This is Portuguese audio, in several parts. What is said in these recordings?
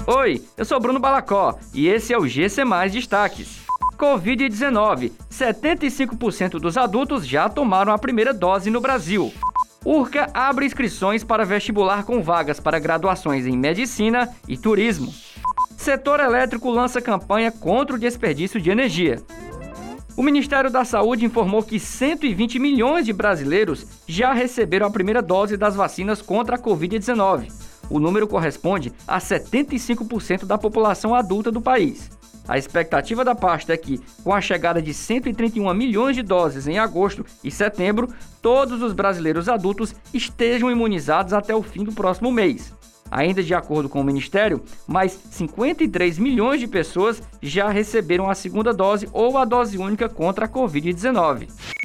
Oi, eu sou Bruno Balacó e esse é o GC Mais Destaques. Covid-19. 75% dos adultos já tomaram a primeira dose no Brasil. Urca abre inscrições para vestibular com vagas para graduações em Medicina e Turismo. Setor elétrico lança campanha contra o desperdício de energia. O Ministério da Saúde informou que 120 milhões de brasileiros já receberam a primeira dose das vacinas contra a Covid-19. O número corresponde a 75% da população adulta do país. A expectativa da pasta é que, com a chegada de 131 milhões de doses em agosto e setembro, todos os brasileiros adultos estejam imunizados até o fim do próximo mês. Ainda de acordo com o Ministério, mais 53 milhões de pessoas já receberam a segunda dose ou a dose única contra a Covid-19.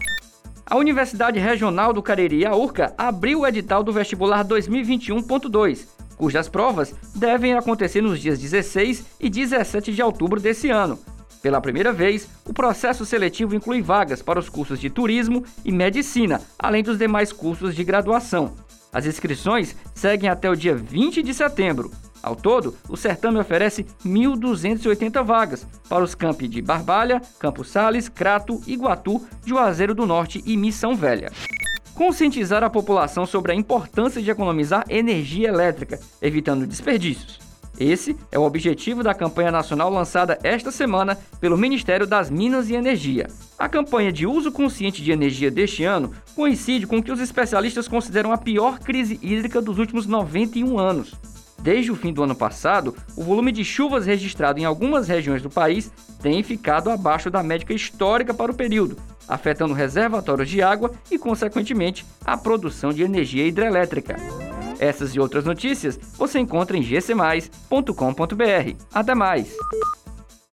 A Universidade Regional do Cariri, a URCA, abriu o edital do vestibular 2021.2, cujas provas devem acontecer nos dias 16 e 17 de outubro desse ano. Pela primeira vez, o processo seletivo inclui vagas para os cursos de Turismo e Medicina, além dos demais cursos de graduação. As inscrições seguem até o dia 20 de setembro. Ao todo, o certame oferece 1.280 vagas para os campi de Barbalha, Campos Sales, Crato, Iguatu, Juazeiro do Norte e Missão Velha. Conscientizar a população sobre a importância de economizar energia elétrica, evitando desperdícios. Esse é o objetivo da campanha nacional lançada esta semana pelo Ministério das Minas e Energia. A campanha de uso consciente de energia deste ano coincide com o que os especialistas consideram a pior crise hídrica dos últimos 91 anos. Desde o fim do ano passado, o volume de chuvas registrado em algumas regiões do país tem ficado abaixo da média histórica para o período, afetando reservatórios de água e, consequentemente, a produção de energia hidrelétrica. Essas e outras notícias você encontra em gcmais.com.br. Até mais!